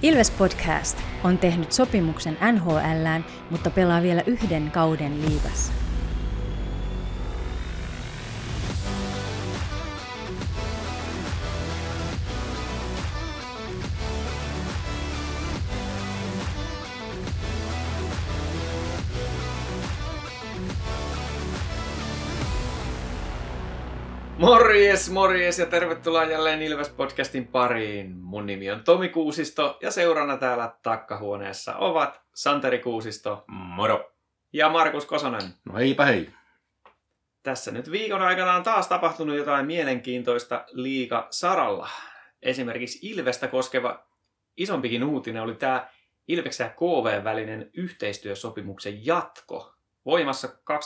Ilves Podcast on tehnyt sopimuksen NHL:ään, mutta pelaa vielä yhden kauden liigassa. Morjes ja tervetuloa jälleen Ilves-podcastin pariin. Mun nimi on Tomi Kuusisto ja seurana täällä takkahuoneessa ovat Santeri Kuusisto. Moro. Ja Markus Kosonen. No heipä hei. Tässä nyt viikon aikana on taas tapahtunut jotain mielenkiintoista liigasaralla. Esimerkiksi Ilvestä koskeva isompikin uutinen oli tämä Ilveksen ja KV:n välinen yhteistyösopimuksen jatko. Voimassa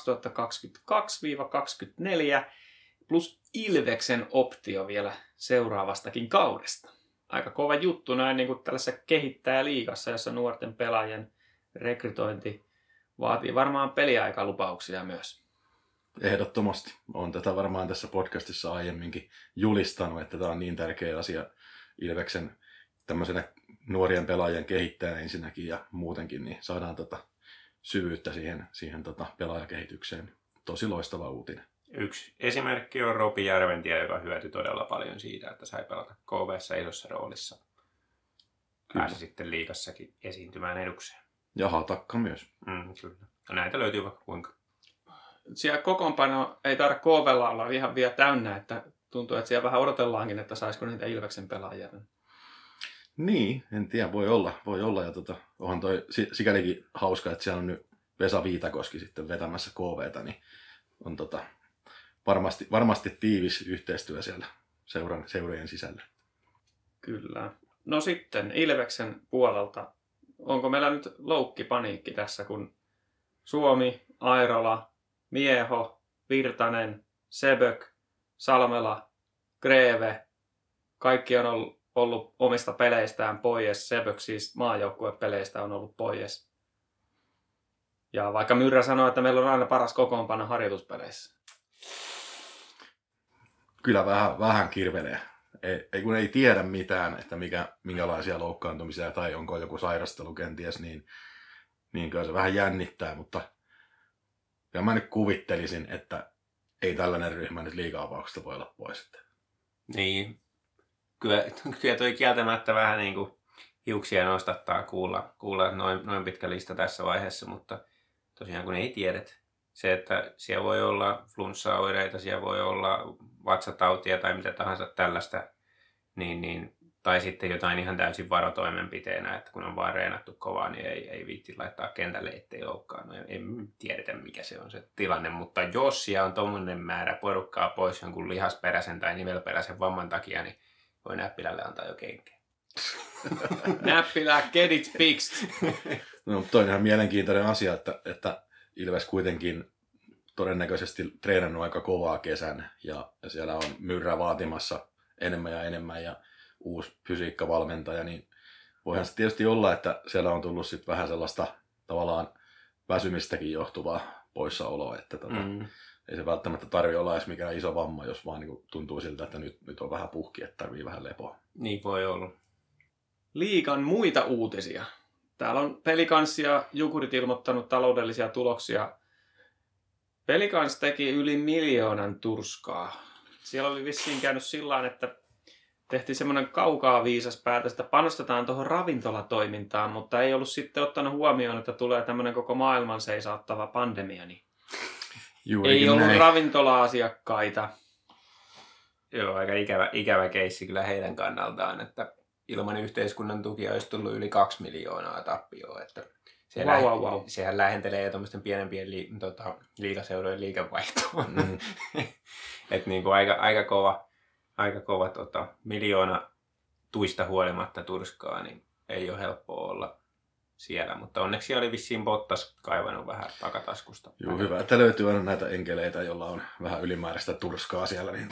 2022-2024. Plus Ilveksen optio vielä seuraavastakin kaudesta. Aika kova juttu näin niin kuin tällaisessa kehittäjäliigassa, jossa nuorten pelaajien rekrytointi vaatii varmaan peliaikalupauksia myös. Ehdottomasti. Olen tätä varmaan tässä podcastissa aiemminkin julistanut, että tämä on niin tärkeä asia Ilveksen tämmöisenä nuorien pelaajien kehittäjänä ensinnäkin ja muutenkin, niin saadaan syvyyttä siihen pelaajakehitykseen. Tosi loistava uutinen. Yksi esimerkki on Ropi Järventie, joka hyötyi todella paljon siitä, että sai pelata KV:ssä isossa roolissa. Pääsi sitten liigassakin esiintymään edukseen. Ja Hatakka myös. Kyllä. No näitä löytyy vaikka kuinka. Siellä kokoonpano ei tarvitse KV:lla olla ihan vielä täynnä, että tuntuu, että siellä vähän odotellaankin, että saisiko niitä Ilveksen pelaajia. Niin, en tiedä, voi olla. Ja onhan toi sikälikin hauska, että siellä on nyt Vesa Viitakoski sitten vetämässä KV:tä, niin on varmasti tiivis yhteistyö siellä seurojen sisällä. Kyllä. No sitten Ilveksen puolelta. Onko meillä nyt loukkipaniikki tässä, kun Suomi, Airola, Mieho, Virtanen, Sebök, Salmela, Greve, kaikki on ollut omista peleistään pois. Sebök siis maajoukkuepeleistä on ollut pois. Ja vaikka Myrrä sanoi, että meillä on aina paras kokoonpano harjoituspeleissä. Kyllä vähän kirvelee. Kun ei tiedä mitään, että minkälaisia loukkaantumisia tai onko joku sairastelu kenties, niin kyllä se vähän jännittää, mutta kyllä mä nyt kuvittelisin, että ei tällainen ryhmä nyt liiga-avauksesta voi olla pois. Niin, kyllä toi kieltämättä vähän niin kuin hiuksia nostattaa kuulla noin pitkä lista tässä vaiheessa, mutta tosiaan kun ei tiedetä. Se, että siellä voi olla flunssaoireita, siellä voi olla vatsatautia tai mitä tahansa tällaista, tai sitten jotain ihan täysin varotoimenpiteenä, että kun on vaan reenattu kovaa, niin ei viitti laittaa kentälle, ettei loukkaannu. Ei tiedetä, mikä se on se tilanne, mutta jos siellä on tommoinen määrä porukkaa pois jonkun lihasperäisen tai nivelperäisen vamman takia, niin voi Näppilälle antaa jo kenkään. Näppilä, get it fixed! No, toi on ihan mielenkiintoinen asia, että Ilves kuitenkin todennäköisesti treenannut aika kovaa kesän ja siellä on Myrrä vaatimassa enemmän ja uusi fysiikkavalmentaja, niin voihan se tietysti olla, että siellä on tullut sitten vähän sellaista tavallaan väsymistäkin johtuvaa poissaoloa, että ei se välttämättä tarvitse olla edes mikään iso vamma, jos vaan niin tuntuu siltä, että nyt on vähän puhki, että tarvii vähän lepoa. Niin voi olla. Liigan muita uutisia. Täällä on Pelikans ja Jukurit ilmoittanut taloudellisia tuloksia. Pelikans teki yli 1 miljoonan turskaa. Siellä oli vissiin käynyt sillä että tehtiin semmoinen kaukaa viisas päätös, että panostetaan tuohon ravintolatoimintaan, mutta ei ollut sitten ottanut huomioon, että tulee tämmöinen koko maailman seisauttava pandemia. Niin ei ollut näin ravintola-asiakkaita. Joo, aika ikävä keissi kyllä heidän kannaltaan, että ilman yhteiskunnan tukia olisi tullut yli 2 miljoonaa tappioa, että sehän lähentelee tuommoisten pienempien liigaseurojen liikevaihtoon. Että niin kuin aika kova 1 miljoona tuista huolimatta turskaa, niin ei ole helppoa olla siellä, mutta onneksi oli vissiin Bottas kaivannut vähän takataskusta. Joo, hyvä, että löytyy aina näitä enkeleitä, joilla on vähän ylimääräistä turskaa siellä, niin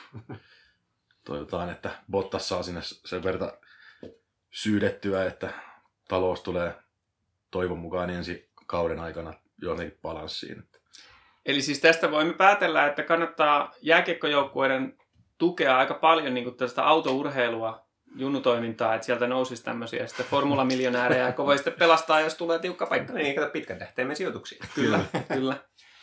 toivotaan, että Bottas saa sinne sen verran syydettyä, että talous tulee toivon mukaan ensi kauden aikana jotenkin balanssiin. Eli siis tästä voimme päätellä, että kannattaa jääkiekkojoukkueiden tukea aika paljon niin kuin tästä autourheilua junnutoimintaa, että sieltä nousisi tämmöisiä sitten formulamiljonäärejä, joka voi sitten pelastaa, jos tulee tiukka paikka. Niin, kato pitkän tähtäimen sijoituksia. Kyllä, kyllä.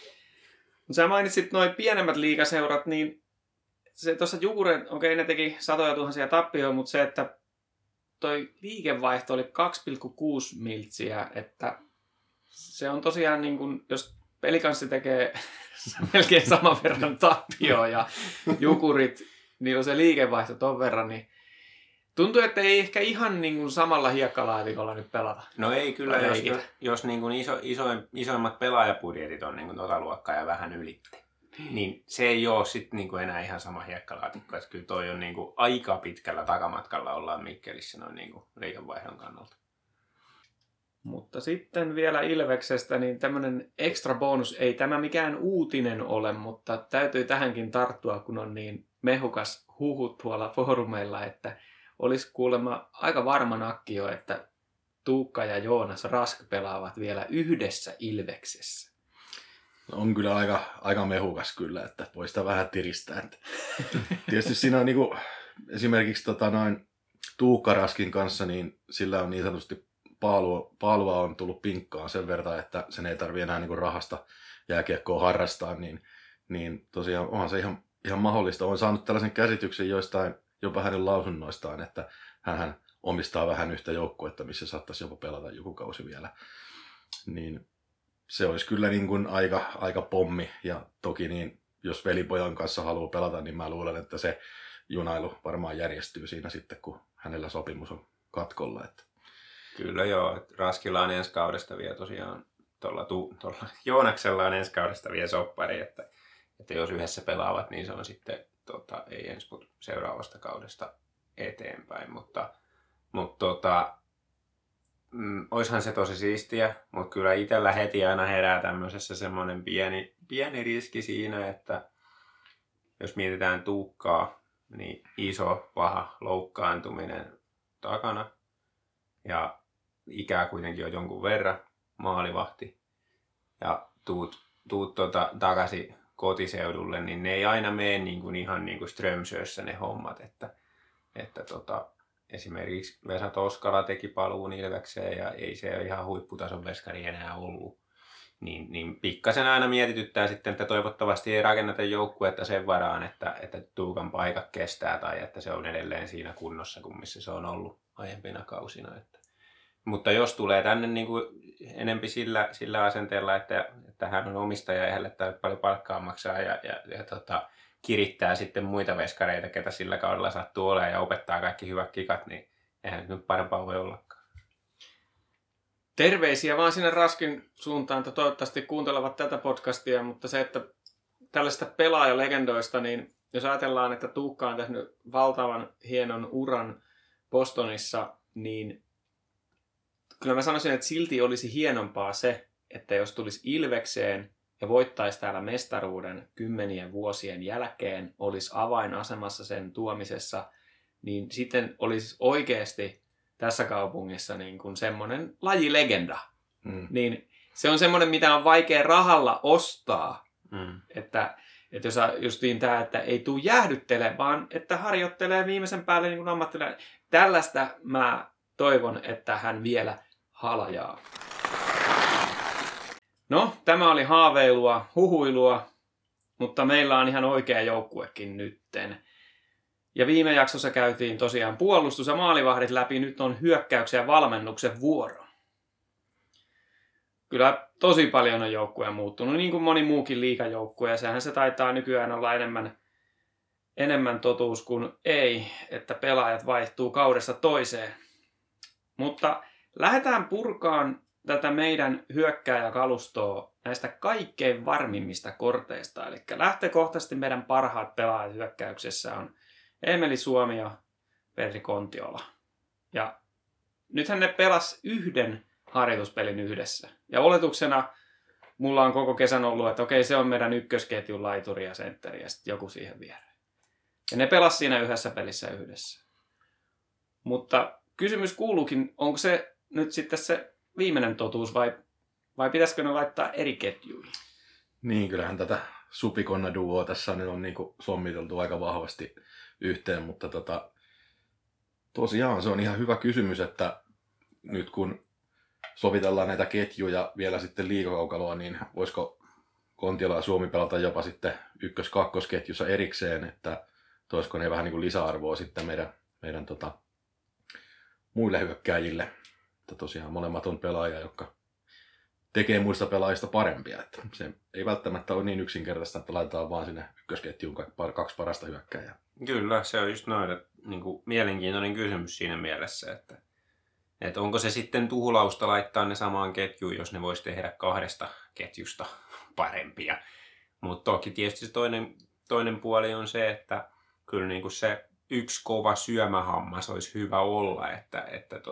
Sä mainitsit noin pienemmät liigaseurat, niin se tuossa Jukureet, okei, ne teki satoja tuhansia tappioita, mutta se, että toi liikevaihto oli 2,6 miltsiä, että se on tosiaan niin kuin, jos Pelikanssi tekee melkein saman verran tappioa ja Jukurit, niin on se liikevaihto ton verran, niin tuntuu, että ei ehkä ihan niin kuin samalla hiekkalaatikolla nyt pelata. No ei kyllä, jos niin kuin isoimmat pelaajapudjetit on niin kuin tota luokkaa ja vähän ylitte, niin se ei ole sitten niin kuin enää ihan sama hiekkalaatikko. Että kyllä toi on niin kuin aika pitkällä takamatkalla ollaan Mikkelissä noin niin kuin liikevaihdon kannalta. Mutta sitten vielä Ilveksestä, niin tämmöinen extra bonus, ei tämä mikään uutinen ole, mutta täytyy tähänkin tarttua, kun on niin mehukas huhut tuolla foorumeilla, että olisi kuulemma aika varma nakki jo, että Tuukka ja Joonas Rask pelaavat vielä yhdessä Ilveksessä. On kyllä aika mehukas kyllä, että voi sitä vähän tiristää. Että tietysti siinä on niinku, esimerkiksi Tuukka Raskin kanssa, niin sillä on niin sanotusti paalua on tullut pinkkaan sen verran, että sen ei tarvitse enää niinku rahasta jääkiekkoa harrastaa, niin tosiaan onhan se ihan mahdollista. Olen saanut tällaisen käsityksen joistain jopa hänen lausunnoistaan, että hän omistaa vähän yhtä joukkuetta, missä saattaisi jopa pelata joku kausi vielä. Niin se olisi kyllä niin kuin aika pommi, ja toki niin, jos velipojan kanssa haluaa pelata, niin mä luulen, että se junailu varmaan järjestyy siinä sitten, kun hänellä sopimus on katkolla. Että. Kyllä joo, Raskilla on ensi kaudesta vielä tosiaan, tuolla Joonaksella on ensi kaudesta vielä soppari, että jos yhdessä pelaavat, niin se on sitten ei ensi seuraavasta kaudesta eteenpäin, mutta oishan se tosi siistiä, mutta kyllä itsellä heti aina herää tämmöisessä semmoinen pieni riski siinä, että jos mietitään Tuukkaa, niin iso, paha loukkaantuminen takana ja ikää kuitenkin on jonkun verran, maalivahti ja tuut takaisin kotiseudulle, niin ne ei aina mene ihan niin kuin Strömsössä ne hommat, että esimerkiksi Vesa Toskala teki paluun Ilvekseen ja ei se ole ihan huipputason veskari enää ollut. Niin pikkasen aina mietityttää sitten, että toivottavasti ei rakenneta joukkuetta sen varaan, että Tuukan paikat kestää tai että se on edelleen siinä kunnossa kuin missä se on ollut aiempina kausina. Mutta jos tulee tänne niin kuin enempi sillä asenteella, että hän on omistaja ja hänelle tarvitsee paljon palkkaa maksaa ja kirittää sitten muita veskareita, ketä sillä kaudella sattuu olemaan ja opettaa kaikki hyvät kikat, niin eihän nyt parempaa voi ollakaan. Terveisiä vaan sinne Raskin suuntaan, että toivottavasti kuuntelevat tätä podcastia, mutta se, että tällaista pelaajalegendoista, niin jos ajatellaan, että Tuukka on tehnyt valtavan hienon uran Bostonissa, niin kyllä mä sanoisin, että silti olisi hienompaa se, että jos tulisi Ilvekseen ja voittaisi täällä mestaruuden 10 vuosien jälkeen, olisi avainasemassa sen tuomisessa, niin sitten olisi oikeasti tässä kaupungissa niin kuin semmoinen lajilegenda. Niin se on semmoinen, mitä on vaikea rahalla ostaa. Että jos justiin tämä, että ei tule jäähdyttele, vaan että harjoittelee viimeisen päälle niin kuin ammattilainen. Tällaista mä toivon, että hän vielä halajaa. No, tämä oli haaveilua, huhuilua, mutta meillä on ihan oikea joukkuekin nytten. Ja viime jaksossa käytiin tosiaan puolustus- ja maalivahdit läpi, nyt on hyökkäyksen ja valmennuksen vuoro. Kyllä tosi paljon on joukkue muuttunut, niin kuin moni muukin liigajoukkue, ja sehän se taitaa nykyään olla enemmän totuus kuin ei, että pelaajat vaihtuu kaudesta toiseen. Mutta lähdetään purkaan tätä meidän hyökkääjäkalustoa näistä kaikkein varmimmista korteista. Eli lähtökohtaisesti meidän parhaat pelaajat hyökkäyksessä on Emeli Suomi ja Petri Kontiola. Ja nythän ne pelas yhden harjoituspelin yhdessä. Ja oletuksena mulla on koko kesän ollut, että okei, se on meidän ykkösketjun laituri ja sentteri ja sitten joku siihen viereen. Ja ne pelas siinä yhdessä pelissä yhdessä. Mutta kysymys kuuluukin, onko se nyt sitten se viimeinen totuus vai pitäisikö ne laittaa eri ketjuihin? Niin, kyllähän tätä Supikonna-duoa tässä nyt on niin kuin sommiteltu aika vahvasti yhteen, mutta Tosiaan, se on ihan hyvä kysymys, että nyt kun sovitellaan näitä ketjuja vielä sitten liigakaukaloa, niin voisiko Kontiola ja Suomi pelata jopa sitten ykkös-kakkosketjussa erikseen, että toisiko ne vähän niin kuin lisäarvoa sitten meidän muille hyökkääjille. Että tosiaan molemmat on pelaajia, jotka tekee muista pelaajista parempia. Että se ei välttämättä ole niin yksinkertaista, että laitetaan vaan sinne ykkösketjuun kaksi parasta hyökkääjää. Kyllä, se on just noin, että niin kuin mielenkiintoinen kysymys siinä mielessä, että onko se sitten tuhlausta laittaa ne samaan ketjuun, jos ne voisi tehdä kahdesta ketjusta parempia. Mutta toki tietysti se toinen puoli on se, että kyllä niin kuin se yksi kova syömähammas olisi hyvä olla, että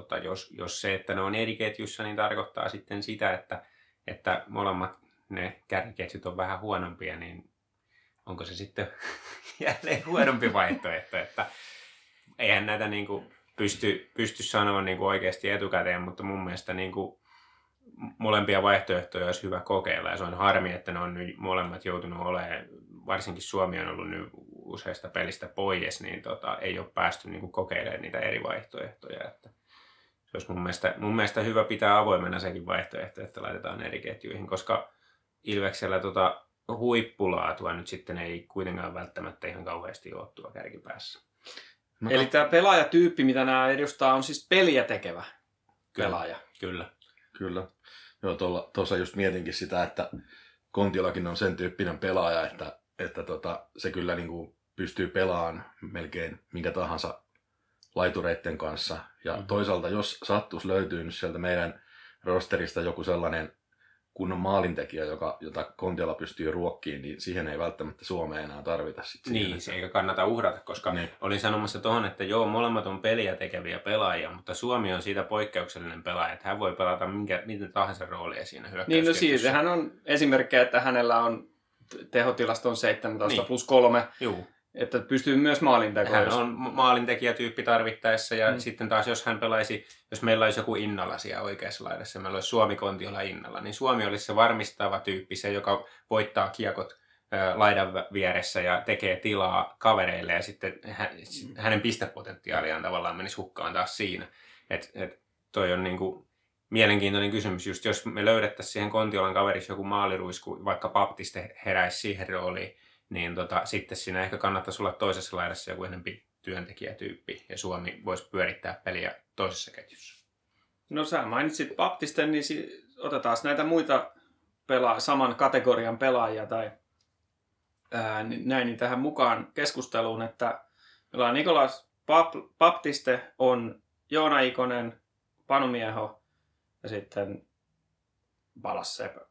jos se, että ne on eri ketjussa, niin tarkoittaa sitten sitä, että molemmat ne kärkiketjut on vähän huonompia, niin onko se sitten jälleen huonompi vaihtoehto, että eihän näitä niin kuin pysty sanoa niin kuin oikeasti etukäteen, mutta mun mielestä niin kuin molempia vaihtoehtoja olisi hyvä kokeilla, ja se on harmi, että ne on nyt molemmat joutunut olemaan, varsinkin Suomi on ollut nyt useista pelistä pois, niin ei ole päästy niin kuin kokeilemaan niitä eri vaihtoehtoja. Että se olisi mun mielestä hyvä pitää avoimena sekin vaihtoehto, että laitetaan eri ketjuihin, koska Ilveksellä huippulaatua nyt sitten ei kuitenkaan välttämättä ihan kauheasti ole tuo kärkipäässä. No, Eli tämä pelaajatyyppi, mitä nämä edustaa, on siis peliä tekevä pelaaja. Kyllä. Kyllä. Joo, tuossa just mietinkin sitä, että Kontiolakin on sen tyyppinen pelaaja, että se kyllä niin kuin pystyy pelaamaan melkein minkä tahansa laitureiden kanssa. Ja toisaalta, jos sattuisi löytyy nyt sieltä meidän rosterista joku sellainen kunnon maalintekijä, jota Kontiola pystyy ruokkiin, niin siihen ei välttämättä Suomeen enää tarvita. Niin, se eikä kannata uhrata, koska olin sanomassa tuohon, että joo, molemmat on peliä tekeviä pelaajia, mutta Suomi on siitä poikkeuksellinen pelaaja, että hän voi pelata miten tahansa roolia siinä hyökkäysketjussa. Niin, no siitähän on esimerkkejä, että hänellä on tehotilasto on 17 plus 3. Juu. Että pystyy myös maalintekoon. Hän on maalintekijätyyppi tarvittaessa ja sitten taas jos meillä olisi joku Innala siellä oikeassa laidassa, meillä olisi Suomi-Kontiola Innala, niin Suomi olisi se varmistava tyyppi, se joka voittaa kiekot laidan vieressä ja tekee tilaa kavereille ja sitten hänen pistepotentiaaliaan tavallaan menisi hukkaan taas siinä. Toi on niinku mielenkiintoinen kysymys, just jos me löydettäisiin siihen Kontiolan kaveriksi joku maaliruisku, vaikka Baptiste heräisi siihen rooliin, niin sitten siinä ehkä kannattaisi olla toisessa laidassa joku enempi työntekijätyyppi, ja Suomi voisi pyörittää peliä toisessa ketjussa. No sä mainitsit Baptisten, niin otetaan näitä muita saman kategorian pelaajia tai näin tähän mukaan keskusteluun, että meillä on Nikolas Baptiste, on Joona Ikonen, Panu Mieho ja sitten Balas Sebök.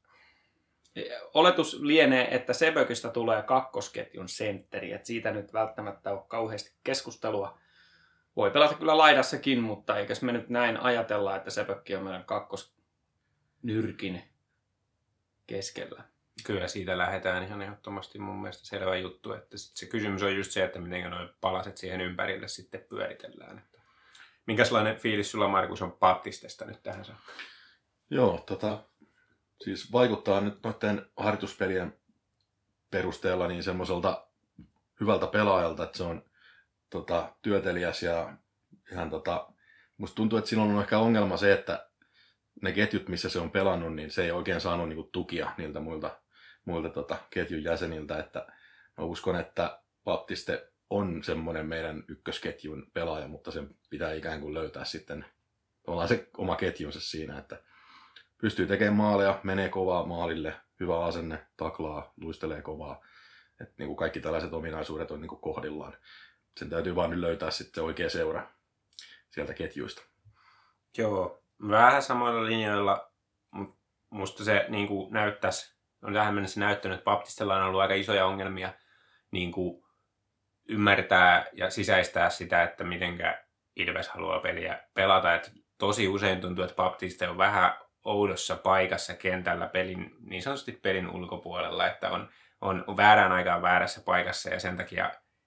Oletus lienee, että Sebökistä tulee kakkosketjun sentteri, että siitä nyt välttämättä ole kauheasti keskustelua. Voi pelata kyllä laidassakin, mutta eikös me nyt näin ajatella, että Sebökki on meidän kakkosnyrkin keskellä. Kyllä siitä lähdetään ihan ehdottomasti mun mielestä selvä juttu, että se kysymys on just se, että miten nuo palaset siihen ympärille sitten pyöritellään. Että minkälainen fiilis sulla, Markus, on Baptistesta nyt tähän saakka? Joo, siis vaikuttaa nyt noiden harjoituspelien perusteella niin semmoiselta hyvältä pelaajalta, että se on työteliäs ja ihan musta tuntuu, että siinä on ehkä ongelma se, että ne ketjut, missä se on pelannut, niin se ei oikein saanut niinku tukia niiltä muilta ketjun jäseniltä, että mä uskon, että Baptiste on semmoinen meidän ykkösketjun pelaaja, mutta sen pitää ikään kuin löytää sitten se oma ketjunsa siinä, että pystyy tekemään maaleja, menee kovaa maalille, hyvä asenne, taklaa, luistelee kovaa. Että niin kuin kaikki tällaiset ominaisuudet on niin kuin kohdillaan. Sen täytyy vaan nyt löytää sitten se oikea seura sieltä ketjuista. Joo, vähän samoilla linjoilla. Musta se niin kuin on tähän mennessä näyttänyt, että Baptistella on ollut aika isoja ongelmia niin kuin ymmärtää ja sisäistää sitä, että mitenkä Ilves haluaa peliä pelata. Että tosi usein tuntuu, että Baptiste on vähän oudossa paikassa kentällä niin sanotusti pelin ulkopuolella, että on väärään aikaan väärässä paikassa ja sen takia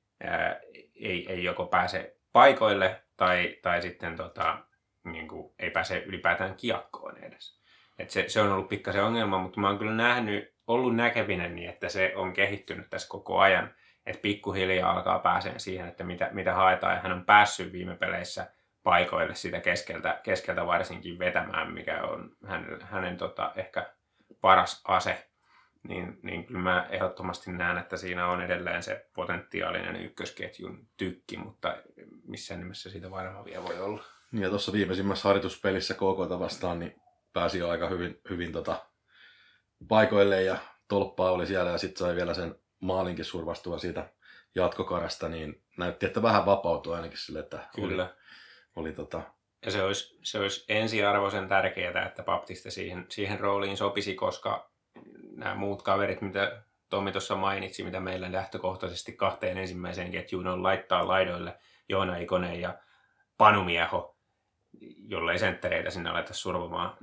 ei joko pääse paikoille tai sitten niin kuin ei pääse ylipäätään kiekkoon edes. Et se on ollut pikkasen ongelma, mutta mä oon kyllä ollut näkevinen niin, että se on kehittynyt tässä koko ajan. että pikkuhiljaa alkaa pääsee siihen, että mitä haetaan. Ja hän on päässyt viime peleissä paikoille sitä keskeltä varsinkin vetämään, mikä on hänen ehkä paras ase. Niin kyllä mä ehdottomasti näen, että siinä on edelleen se potentiaalinen ykkösketjun tykki, mutta missään nimessä siitä varmaan vielä voi olla. Ja tuossa viimeisimmässä harjoituspelissä KK:ta vastaan niin pääsi jo aika hyvin paikoille ja tolppaa oli siellä ja sitten sai vielä sen maalinkin survastua siitä jatkokarasta, niin näytti, että vähän vapautui ainakin sille, että kyllä. Oli Ja se olisi ensiarvoisen tärkeää, että Baptiste siihen rooliin sopisi, koska nämä muut kaverit, mitä Tommi tuossa mainitsi, mitä meillä lähtökohtaisesti 2 ensimmäiseen ketjuun on laittaa laidoille Joona Ikonen ja Panu Mieho, jollei senttereitä sinne aleta survomaan,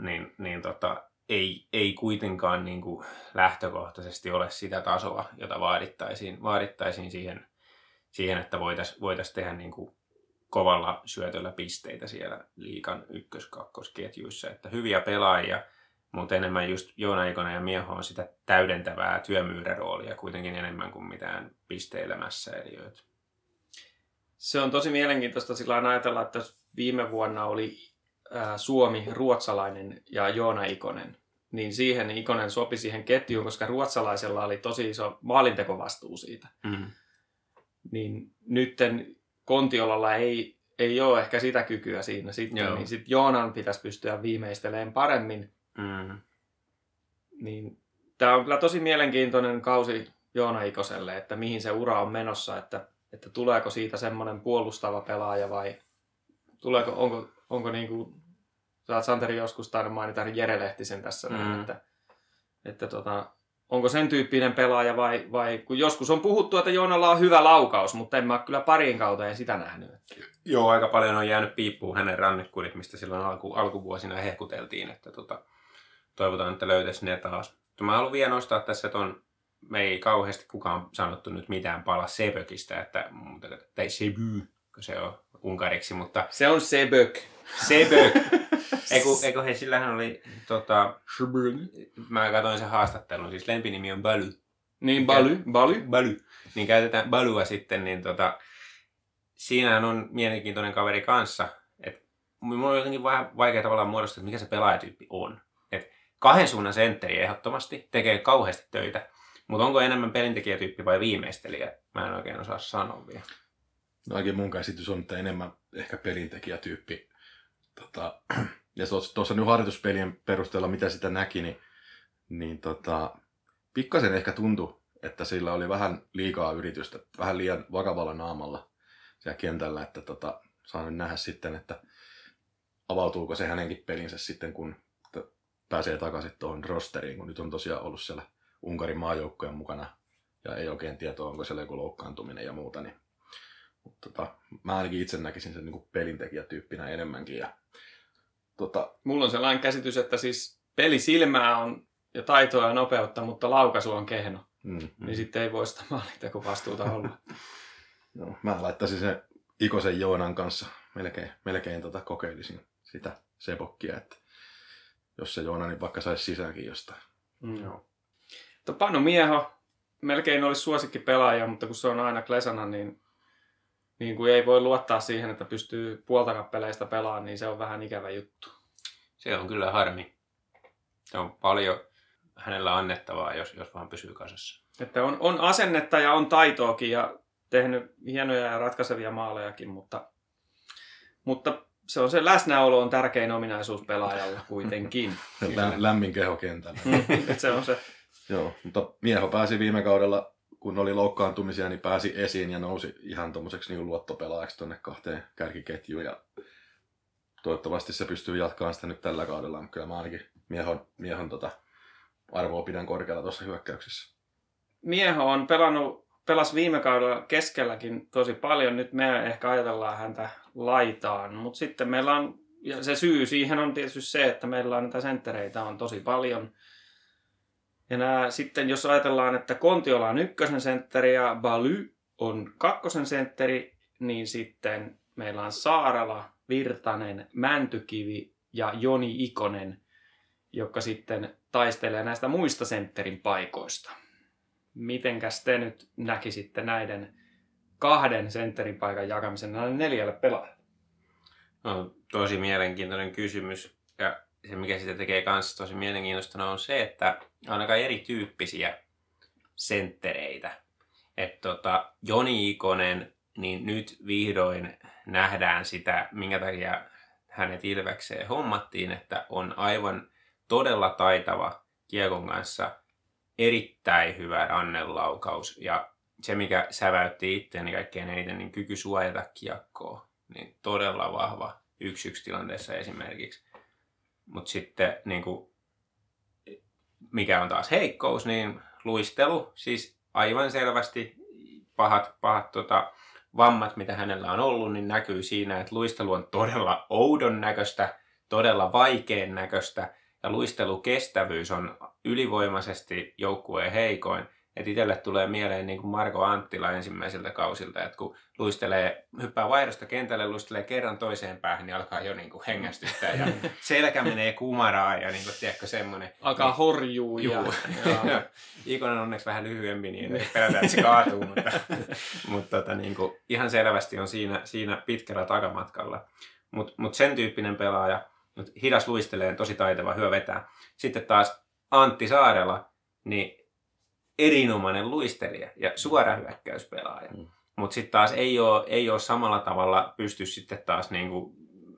ei kuitenkaan niin kuin lähtökohtaisesti ole sitä tasoa, jota vaadittaisiin siihen että voitaisiin tehdä niin kuin kovalla syötöllä pisteitä siellä liigan ykkös-kakkosketjuissa. Että hyviä pelaajia, mutta enemmän just Joona Ikonen ja Mieho on sitä täydentävää työmyyräroolia kuitenkin enemmän kuin mitään pisteilemässä eliöitä. Se on tosi mielenkiintoista sillä ajatella, että viime vuonna oli Suomi, ruotsalainen ja Joona Ikonen. Niin siihen Ikonen sopi siihen ketjuun, koska ruotsalaisella oli tosi iso maalintekovastuu siitä. Mm-hmm. Niin nytten Kontiolalla ei ole ehkä sitä kykyä siinä sitten, niin sitten Joonan pitäisi pystyä viimeistelemään paremmin. Mm-hmm. Niin tämä on kyllä tosi mielenkiintoinen kausi Joona Ikoselle, että mihin se ura on menossa, että tuleeko siitä semmoinen puolustava pelaaja vai onko niin kuin sä oot Santeri joskus tainnut mainita Jere Lehtisen tässä, että onko sen tyyppinen pelaaja vai kun joskus on puhuttu, että Joonalla on hyvä laukaus, mutta en mä ole kyllä pariin kauteen sitä nähnyt. Joo, aika paljon on jäänyt piippuun hänen rannekurit, mistä silloin alkuvuosina hehkuteltiin, että toivotaan, että löytäisi ne taas. Mä haluan vielä nostaa tässä, että me ei kauheasti kukaan sanottu nyt mitään Pala Sebökistä, tai Sebö, kun se on unkariksi, mutta... Se on Sebök. Sebök. Eikö he, sillähän oli, mä katsoin sen haastattelun, siis lempinimi on Baly. Niin, Baly. Niin käytetään Balyä sitten, niin siinähän on mielenkiintoinen kaveri kanssa. Mulla on jotenkin vähän vaikea tavallaan muodostaa, että mikä se pelaajatyyppi on. Et 2 suunnan sentteri ehdottomasti tekee kauheasti töitä, mutta onko enemmän pelintekijätyyppi vai viimeistelijä? Mä en oikein osaa sanoa vielä. No ainakin mun käsitys on, että enemmän ehkä pelintekijätyyppi. Ja tuossa nyt harjoituspelien perusteella, mitä sitä näki, niin pikkasen ehkä tuntui, että sillä oli vähän liikaa yritystä, vähän liian vakavalla naamalla siellä kentällä, että saa nyt nähdä sitten, että avautuuko se hänenkin pelinsä sitten, kun pääsee takaisin tuohon rosteriin, kun nyt on tosiaan ollut siellä Unkarin maajoukkojen mukana ja ei oikein tietoa, onko siellä joku loukkaantuminen ja muuta. Niin. Mutta mä ainakin itse näkisin sen niin kuin pelintekijätyyppinä enemmänkin. Ja, Mulla on sellainen käsitys, että siis pelisilmää on ja taitoa ja nopeutta, mutta laukaisu on kehno. Niin sitten ei voi sitä maalintekovastuuta olla. No, mä laittaisin sen Ikosen Joonan kanssa melkein kokeilisin sitä Sebokkia, että jos se Joona niin vaikka saisi sisäänkin jostain. Joo. Panu Mieho melkein olisi suosikki pelaaja, mutta kun se on aina Klesana, niin kun ei voi luottaa siihen, että pystyy puoltakappeleista pelaamaan, niin se on vähän ikävä juttu. Se on kyllä harmi. Se on paljon hänellä annettavaa, jos vaan pysyy kasassa. Että on asennetta ja on taitoakin ja tehnyt hienoja ja ratkaisevia maalejakin, mutta se läsnäolo on tärkein ominaisuus pelaajalla kuitenkin. Lämmin keho kentällä. Se on se. Joo, mutta Mieho pääsi viime kaudella, kun oli loukkaantumisia, niin pääsi esiin ja nousi ihan tommoseksi niin luottopelaajaksi tuonne 2 kärkiketjuun. Ja toivottavasti se pystyy jatkamaan sitä nyt tällä kaudella, mutta kyllä mä ainakin Miehon arvoa pidän korkealla tuossa hyökkäyksessä. Mieho on pelasi viime kaudella keskelläkin tosi paljon. Nyt me ehkä ajatellaan häntä laitaan, mutta sitten meillä on, ja se syy siihen on tietysti se, että meillä on näitä senttereitä on tosi paljon. Ja sitten jos ajatellaan, että Kontiola on 1. sentteri ja Baly on 2. sentteri, niin sitten meillä on Saarala, Virtanen, Mäntykivi ja Joni Ikonen, jotka sitten taistelee näistä muista sentterin paikoista. mitenkäs te nyt näkisitte näiden 2 sentteripaikan jakamisen näille 4 pelaajalle? No, tosi mielenkiintoinen kysymys. Ja se, mikä sitä tekee kanssa tosi mielenkiintoista, on se, että on aika erityyppisiä senttereitä. Että Joni Ikonen, niin nyt vihdoin nähdään sitä, minkä takia hänet Ilvekseen hommattiin, että on aivan todella taitava kiekon kanssa, erittäin hyvä rannelaukaus ja se, mikä säväytti itseäni kaikkein eniten, niin kyky suojata kiekkoa, niin todella vahva 1-1 tilanteessa esimerkiksi. Mutta sitten niin kuin, mikä on taas heikkous, niin luistelu, siis aivan selvästi pahat vammat, mitä hänellä on ollut, niin näkyy siinä, että luistelu on todella oudon näköistä, todella vaikean näköistä ja luistelukestävyys on ylivoimaisesti joukkueen heikoin. Et itselle tulee mieleen niin kuin Marko Anttila ensimmäisiltä kausilta, että kun hyppää vaihdosta kentälle, luistelee kerran toiseen päähän, niin alkaa jo niin kuin hengästyttää ja selkä menee kumaraan ja niin kuin, tiedätkö, semmoinen. Alkaa horjuu. Ikonen on onneksi vähän lyhyempi, niin ei pelätä, että se kaatuu, mutta niin kuin, ihan selvästi on siinä pitkällä takamatkalla. Mut sen tyyppinen pelaaja, hidas luistelee, tosi taitava, hyvä vetää. Sitten taas Antti Saarela, niin erinomainen luistelija ja suora hyökkäyspelaaja. Mutta sitten taas ei ole samalla tavalla pysty sitten taas niinku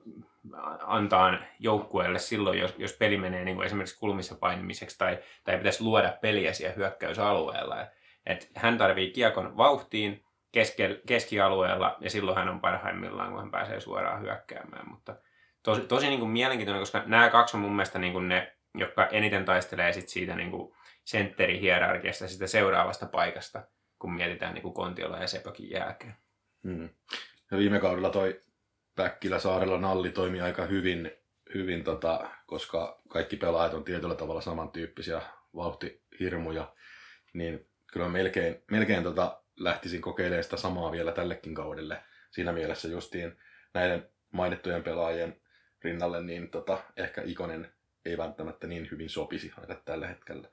antaa joukkueelle silloin, jos peli menee niinku esimerkiksi kulmissa painimiseksi tai pitäisi luoda peliä siellä hyökkäysalueella. Et hän tarvii kiekon vauhtiin keskialueella ja silloin hän on parhaimmillaan, kun hän pääsee suoraan hyökkäämään. Mutta tosi niinku mielenkiintoinen, koska nämä 2 on mun mielestä niinku ne, jotka eniten taistelee sit siitä niinku sentterihierarkiasta sitä seuraavasta paikasta, kun mietitään niin kuin Kontiola ja Sepökin jälkeen. Ja viime kaudella toi Päkkilä, Saarela, Nalli toimi aika hyvin koska kaikki pelaajat on tietyllä tavalla samantyyppisiä vauhtihirmuja, niin kyllä melkein lähtisin kokeilemaan sitä samaa vielä tällekin kaudelle. Siinä mielessä justiin näiden mainittujen pelaajien rinnalle, niin ehkä Ikonen ei välttämättä niin hyvin sopisi aina tällä hetkellä.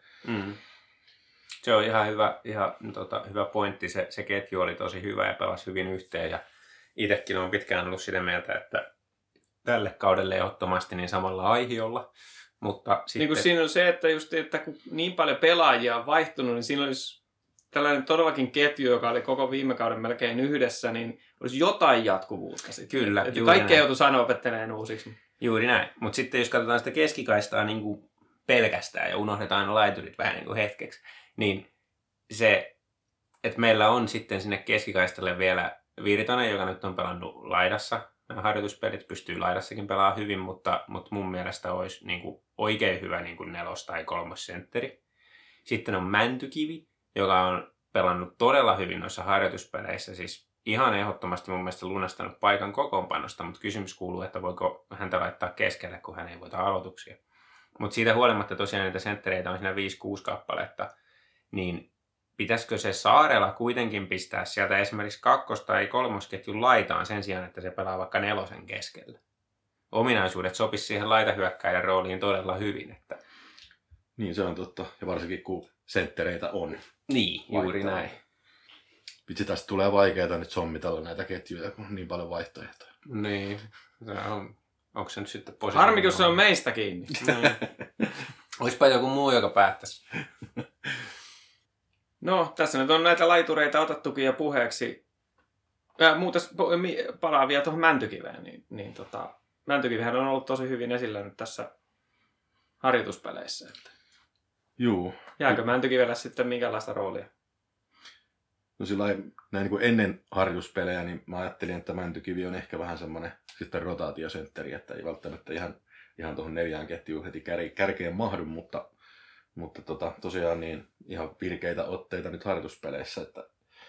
Se on ihan hyvä pointti. Se ketju oli tosi hyvä ja pelasi hyvin yhteen. Ja itsekin olen pitkään ollut sitä mieltä, että tälle kaudelle ehdottomasti niin samalla aihiolla. Mutta sitten... Niin kuin siinä on se, että kun niin paljon pelaajia on vaihtunut, niin siinä olisi tällainen todellakin ketju, joka oli koko viime kauden melkein yhdessä, niin olisi jotain jatkuvuutta sitten. Kyllä, kaikkea joutui sanoa opetteleen uusiksi. Juuri näin. Mutta sitten jos katsotaan sitä keskikaistaa niin kuin pelkästään ja unohdetaan aina laiturit vähän niin kuin hetkeksi, niin se, että meillä on sitten sinne keskikaistalle vielä Virtanen, joka nyt on pelannut laidassa. Nämä harjoituspelit pystyy laidassakin pelaamaan hyvin, mutta mun mielestä olisi niin kuin oikein hyvä niin kuin 4- tai 3-sentteri. Sitten on Mäntykivi, joka on pelannut todella hyvin noissa harjoituspeleissä, siis ihan ehdottomasti mun mielestä lunastanut paikan kokoonpanosta, mutta kysymys kuuluu, että voiko häntä laittaa keskelle, kun hän ei voita aloituksia. Mutta siitä huolimatta tosiaan niitä senttereitä on siinä 5-6 kappaletta, niin pitäisikö se Saarela kuitenkin pistää sieltä esimerkiksi 2- tai 3-ketjun laitaan sen sijaan, että se pelaa vaikka 4 keskellä? Ominaisuudet sopisi siihen laitahyökkääjän rooliin todella hyvin. Että... Niin, se on totta. Ja varsinkin kun senttereitä on. Niin, juuri näin. Vitsi, tästä tulee vaikeaa nyt sommitella näitä ketjuja, kun on niin paljon vaihtoehtoja. Niin, onko se nyt sitten positiivinen? Harmi, kun se on meistä kiinni. Olisipa joku muu, joka päättäisi. No, tässä nyt on näitä laitureita otettukin ja puheeksi. Palaan vielä tuohon Mäntykiveen. Mäntykivihän on ollut tosi hyvin esillä nyt tässä harjoituspeleissä. Juu. Jääkö Mäntykivelle sitten minkälaista roolia? No näin niin kuin ennen harjoituspelejä, niin mä ajattelin, että Mäntykivi on ehkä vähän semmoinen sitten rotaatiosentteri, että ei välttämättä ihan tuohon 4 ketjuun heti kärkeen mahdu, mutta tosiaan niin ihan virkeitä otteita nyt harjoituspeleissä, että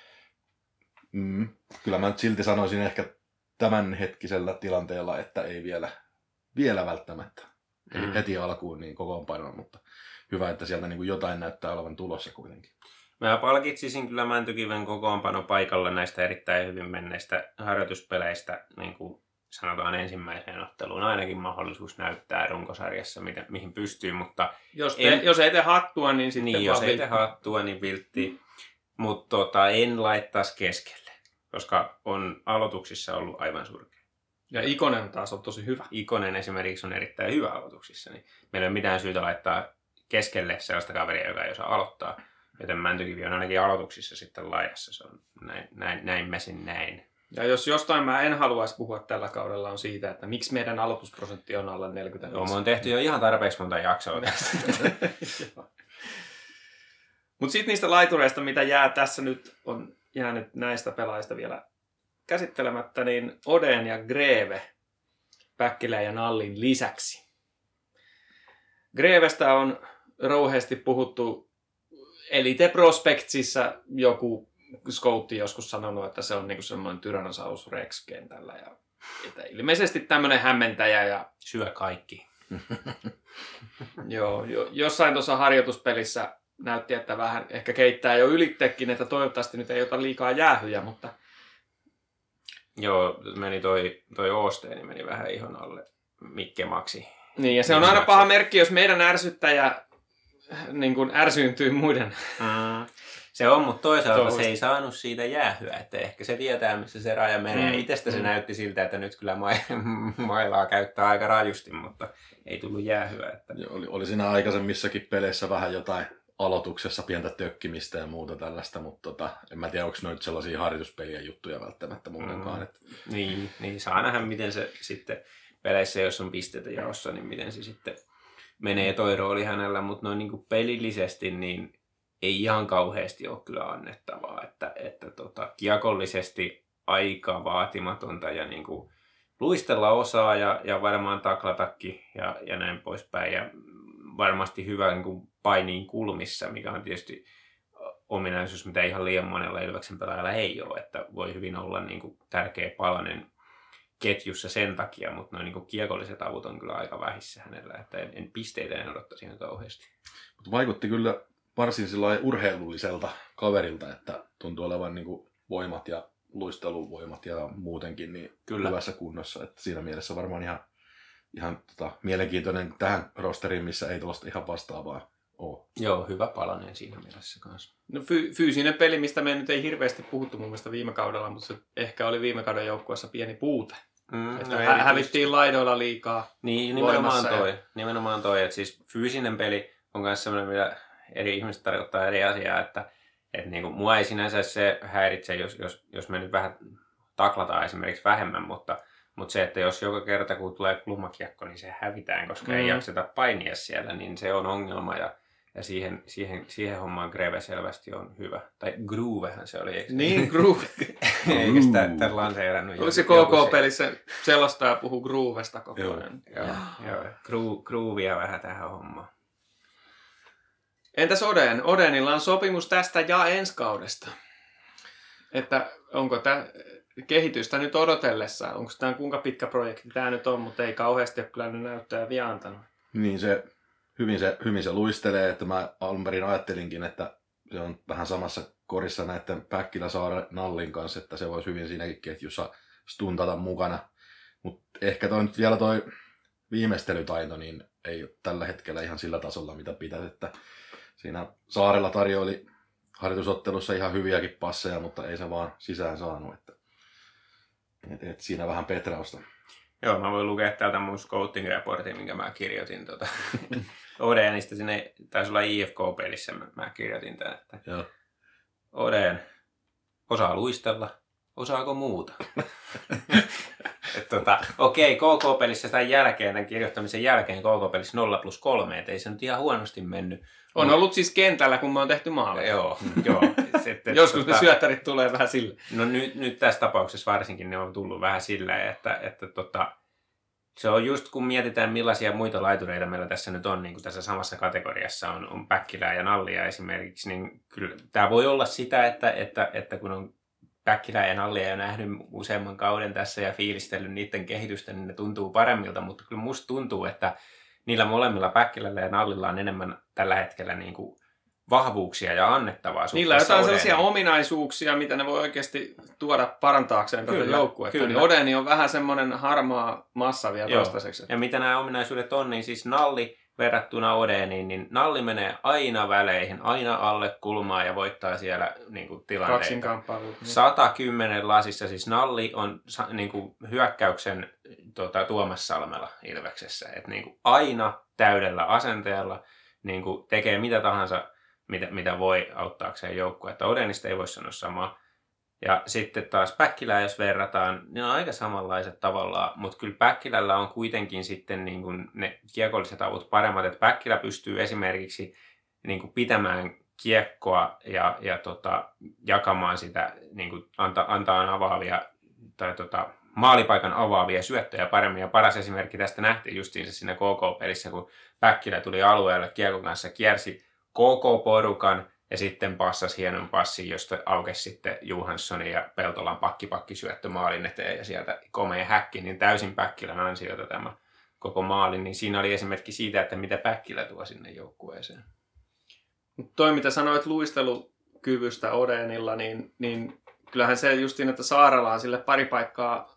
kyllä mä nyt silti sanoisin ehkä tämänhetkisellä tilanteella, että ei vielä välttämättä heti alkuun niin kokoonpanoon, mutta hyvä, että sieltä niin kuin jotain näyttää olevan tulossa kuitenkin. Mä palkitsisin kyllä Mäntykiven kokoonpano paikalla näistä erittäin hyvin menneistä harjoituspeleistä niin kuin sanotaan ensimmäiseen otteluun ainakin mahdollisuus näyttää runkosarjassa, mihin pystyy, mutta jos ei tee hattua, niin sitten niin, jos ei tee hattua, niin viltti. Mutta en laittaisi keskelle, koska on aloituksissa ollut aivan surkea. Ja Ikonen taas on tosi hyvä. Ikonen esimerkiksi on erittäin hyvä aloituksissa, niin meillä ei ole mitään syytä laittaa keskelle sellaista kaveria, joka ei osaa aloittaa. Joten Mäntykivi on ainakin aloituksissa sitten laidassa, se on näin mä sen näin. Ja jos jostain mä en haluaisi puhua tällä kaudella on siitä, että miksi meidän aloitusprosentti on alle 45. Joo, me on tehty jo ihan tarpeeksi monta jaksoa tästä. Mutta sitten niistä laitureista, mitä jää tässä nyt, on jäänyt näistä pelaajista vielä käsittelemättä, niin Oden ja Greve Päkkilän ja Nallin lisäksi. Grevestä on rouheasti puhuttu Elite Prospectsissa, joku scoutti joskus sanonut, että se on niinku semmoinen Tyrannosaurus Rex kentällä. Ja, että ilmeisesti tämmöinen hämmentäjä. Ja, syö kaikki. Joo, jossain tuossa harjoituspelissä näytti, että vähän ehkä keittää jo ylittekin, että toivottavasti nyt ei ota liikaa jäähyjä, mutta... Joo, meni toi Oosteeni meni vähän ihon alle Mikke Maxi. Niin, ja se on aina paha merkki, jos meidän ärsyttäjä niin kuin ärsyyntyy muiden. Se on, mutta toisaalta se ei saanut siitä jäähyä, että ehkä se tietää, missä se raja menee. Itsestä se näytti siltä, että nyt kyllä mailaa käyttää aika rajusti, mutta ei tullut jäähyä. Että... Oli siinä aikaisemmissakin peleissä vähän jotain aloituksessa pientä tökkimistä ja muuta tällaista, mutta en mä tiedä, onko ne nyt sellaisia harjoituspelien juttuja välttämättä muutenkaan. Että... Niin, saa nähdä, miten se sitten peleissä, jos on pisteitä jaossa, niin miten se sitten menee toi rooli hänellä, mutta noin niin kuin pelillisesti niin ei ihan kauheasti ole kyllä annettavaa, että kiekollisesti aika vaatimatonta ja niin kuin luistella osaa ja varmaan taklatakin ja näin poispäin ja varmasti hyvä niin kuin painiin kulmissa, mikä on tietysti ominaisuus, mitä ihan liian monella Ilveksen pelaajalla ei ole, että voi hyvin olla niin kuin tärkeä palanen ketjussa sen takia, mutta noin niin kiekolliset avut on kyllä aika vähissä hänellä, että pisteitä en odottaisi ihan kauheasti. Mutta vaikutti kyllä varsin urheilulliselta kaverilta, että tuntui olevan niin kuin voimat ja luisteluvoimat ja muutenkin niin kyllä hyvässä kunnossa, että siinä mielessä varmaan ihan mielenkiintoinen tähän rosteriin, missä ei tuollaista ihan vastaavaa ole. Joo, hyvä palanen siinä mielessä kanssa. No fyysinen peli, mistä me nyt ei hirveästi puhuttu mun mielestä viime kaudella, mutta se ehkä oli viime kauden joukkueessa pieni puute. Hävittiin laidoilla liikaa. Niin, nimenomaan toi. Että siis fyysinen peli on myös sellainen, mitä eri ihmiset tarkoittaa eri asiaa, että niinku, mua ei sinänsä se häiritse, jos me nyt vähän taklataan esimerkiksi vähemmän, mutta se, että jos joka kerta kun tulee klumakiekko, niin se hävitään, koska ei jakseta painia siellä, niin se on ongelma ja siihen hommaan Greve selvästi on hyvä. Tai Groovehän se oli, eikö? Niin, Groove. Eikä sitä lanseerannut. Oli se KK-pelissä selostaja puhuu Groovesta koko ajan. Joo. Groovia vähän tähän hommaan. Entäs Oden? Odenilla on sopimus tästä ja ensi kaudesta. Että onko tämä kehitystä nyt odotellessa? Onko tämä kuinka pitkä projekti tämä nyt on, mutta ei kauheasti ole kyllä nyt näyttöä vielä antanut. Niin hyvin se luistelee, että mä alun perin ajattelinkin, että se on vähän samassa korissa näiden Päkkilä, Saaren, Nallin kanssa, että se voisi hyvin siinäkin ketjussa stuntata mukana. Mutta ehkä vielä toi viimeistelytaito niin ei ole tällä hetkellä ihan sillä tasolla, mitä pitäisi. Että siinä Saarella tarjoili harjoitusottelussa ihan hyviäkin passeja, mutta ei se vaan sisään saanut. Että siinä vähän petrausta. Joo, mä voin lukea täältä mun scouting-raportin, minkä mä kirjoitin Odenista sinne, taisi olla IFK-pelissä, mä kirjoitin tämän, että Oden osaa luistella, osaako muuta? Okei, KK-pelissä tämän kirjoittamisen jälkeen KK-pelissä 0+3, et ei se nyt ihan huonosti mennyt. On ollut siis kentällä, kun me on tehty maaleja. Joo. Joskus ne syöttärit tulee vähän sille. No nyt tässä tapauksessa varsinkin ne on tullut vähän silleen, että se on just kun mietitään millaisia muita laitureita meillä tässä nyt on, niin kuin tässä samassa kategoriassa on Päkkilää ja Nallia esimerkiksi, niin kyllä tämä voi olla sitä, että kun on Päkkilää ja Nallia jo nähnyt useamman kauden tässä ja fiilistellyt niiden kehitystä, niin ne tuntuu paremmilta, mutta kyllä musta tuntuu, että niillä molemmilla Päkkilällä ja Nallilla on enemmän tällä hetkellä niin kuin vahvuuksia ja annettavaa suhteessa Niillä on jotain Odeniin. sellaisia ominaisuuksia, mitä ne voi oikeasti tuoda parantaakseen tätä joukkuetta. Kyllä. Niin Odeni on vähän semmoinen harmaa massa vielä toistaiseksi. Ja mitä nämä ominaisuudet on, niin siis Nalli verrattuna Odeniin, niin Nalli menee aina väleihin, aina alle kulmaa ja voittaa siellä niin kuin tilanteita. Kaksinkamppailut. 110 lasissa, siis Nalli on niin kuin hyökkäyksen Tuomas Salmela Ilveksessä. Et niin kuin aina täydellä asenteella niin kuin tekee mitä tahansa, mitä voi auttaakseen joukkuetta. Odenista ei voi sanoa samaa. Ja sitten taas Päkkilää, jos verrataan, niin on aika samanlaiset tavallaan, mutta kyllä Päkkilällä on kuitenkin sitten niin kuin ne kiekolliset avut paremmat, että Päkkilä pystyy esimerkiksi niin kuin pitämään kiekkoa ja jakamaan sitä, niin kuin antaa avaavia tai maalipaikan avaavia syöttöjä paremmin. Ja paras esimerkki tästä nähtiin justiinsa siinä KK-pelissä, kun Päkkilä tuli alueelle kiekon kanssa, kiersi KK-porukan ja sitten passasi hienon passin, josta aukesi sitten Johanssonin ja Peltolan pakkisyöttö maalin eteen ja sieltä komea häkki, niin täysin Päkkilän ansiota tämä koko maali. Niin siinä oli esimerkki siitä, että mitä Päkkilä tuo sinne joukkueeseen. Toi, mitä sanoit luistelukyvystä Odenilla, niin kyllähän se justiin, että Saarala on sille pari paikkaa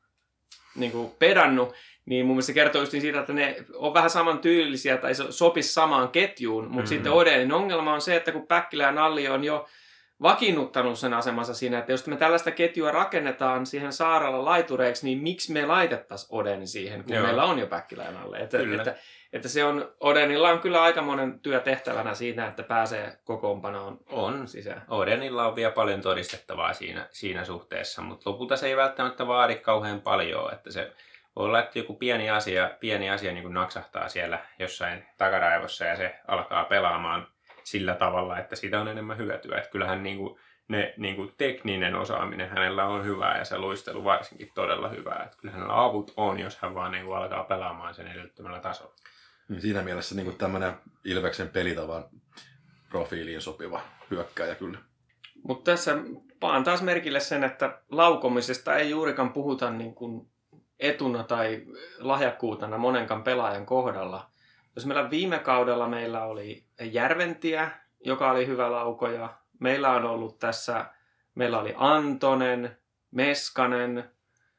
niin kuin pedannut, niin mun mielestä se kertoo justiin siitä, että ne on vähän samantyylisiä tai sopisi samaan ketjuun, mutta sitten Odenin ongelma on se, että kun Päkkilä ja Nalli on jo vakiinnuttanut sen asemansa siinä, että jos me tällaista ketjua rakennetaan siihen Saaralla laitureiksi, niin miksi me laitettaisiin Oden siihen, kun meillä on jo Päkkilä ja Nalli. Että se on, Odenilla on kyllä aikamoinen työ tehtävänä siinä, että pääsee kokoonpanoon sisään. Odenilla on vielä paljon todistettavaa siinä suhteessa, mutta lopulta se ei välttämättä vaadi kauhean paljon, että se voi olla, että joku pieni asia niin kuin naksahtaa siellä jossain takaraivossa ja se alkaa pelaamaan sillä tavalla, että siitä on enemmän hyötyä. Että kyllähän niin kuin tekninen osaaminen hänellä on hyvää ja se luistelu varsinkin todella hyvää. Että kyllähän hänellä avut on, jos hän vaan niin kuin alkaa pelaamaan sen edellyttämällä tasolla. Siinä mielessä niin kuin tämmöinen Ilveksen pelitavan profiiliin sopiva hyökkääjä kyllä. Mutta tässä paan taas merkille sen, että laukomisesta ei juurikaan puhuta niin kuin etuna tai lahjakkuutena monenkaan pelaajan kohdalla. Jos meillä viime kaudella meillä oli Järventiä, joka oli hyvä laukoja. Meillä on ollut tässä, meillä oli Antonen, Meskanen,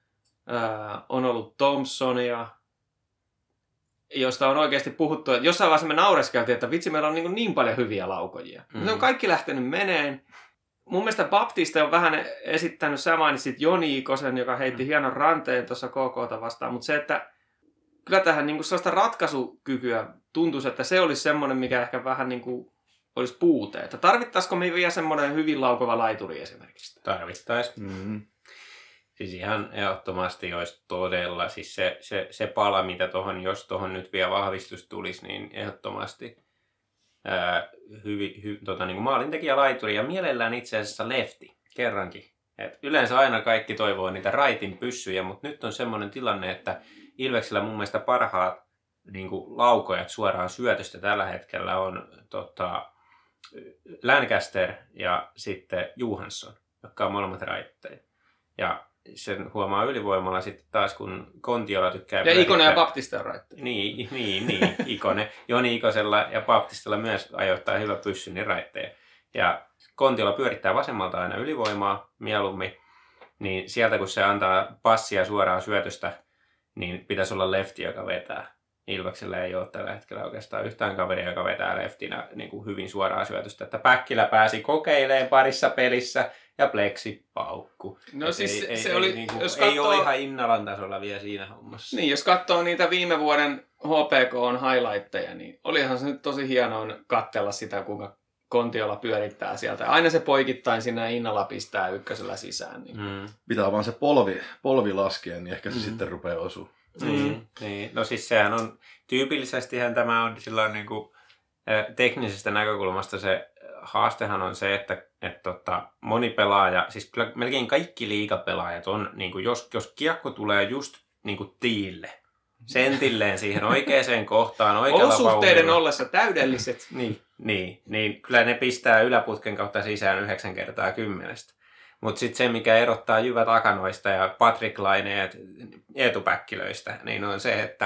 on ollut Thompsonia, josta on oikeasti puhuttu, että jossain vaiheessa me naureskeltiin, että vitsi, meillä on niin paljon hyviä laukojia. Ne on kaikki lähtenyt meneen. Mun mielestä Baptiste on vähän esittänyt, sä mainitsit Joni Ikosen, joka heitti hienon ranteen tuossa KK:ta vastaan, mutta se, että kyllä tähän niin kuin sellaista ratkaisukykyä tuntuisi, että se olisi semmoinen, mikä ehkä vähän niin kuin olisi puute. Että tarvittaisiko me vielä semmoinen hyvin laukova laituri esimerkiksi? Tarvittaisiin. Siis ihan ehdottomasti olisi todella, siis se pala, mitä jos tuohon nyt vielä vahvistus tulisi, niin ehdottomasti niin kuin maalintekijä laituri ja mielellään itse asiassa lefti kerrankin. Et yleensä aina kaikki toivoo niitä raitin pyssyjä, mutta nyt on semmoinen tilanne, että Ilveksellä mun mielestä parhaat niin kuin laukojat suoraan syötöstä tällä hetkellä on Lancaster ja sitten Johansson, jotka on molemmat raitteja. Ja sen huomaa ylivoimalla sitten taas, kun Kontiola tykkää... Ja Ikonen ja Baptiste on raitteja. Niin, Ikonen. Joni Ikosella ja Baptistella myös ajoittaa hyvä pyssy, niin raitteja. Ja Kontiola pyörittää vasemmalta aina ylivoimaa mieluummin, niin sieltä kun se antaa passia suoraan syötöstä, niin pitäisi olla lefti, joka vetää. Ilveksellä ei ole tällä hetkellä oikeastaan yhtään kaveria, joka vetää leftinä niin kuin hyvin suoraan syötöstä. Että Päkkilä pääsi kokeilemaan parissa pelissä ja Pleksi paukku. No siis ei ole ihan Innalan tasolla vielä siinä hommassa. Niin, jos katsoo niitä viime vuoden HPK:n highlightteja, niin olihan se nyt tosi hienoa katsella sitä, kuinka Kontiola pyörittää sieltä. Aina se poikittain sinne Innala pistää ykkösellä sisään. Niin. Pitää vaan se polvi laskea, niin ehkä se sitten rupeaa osua. Niin. No siis sehän on, tyypillisestihän tämä on silloin niin kuin, teknisestä näkökulmasta se haastehan on se, että moni pelaaja, siis kyllä melkein kaikki liigapelaajat on, niin kuin jos kiekko tulee just niin kuin tiille, sentilleen siihen oikeaan kohtaan, oikealla olosuhteiden vauhdilla. ollessa täydelliset. Niin, kyllä ne pistää yläputken kautta sisään 9 kertaa 10. Mutta sitten se, mikä erottaa Jyvät Akanoista ja Patrick Laineet etupäkkilöistä, niin on se, että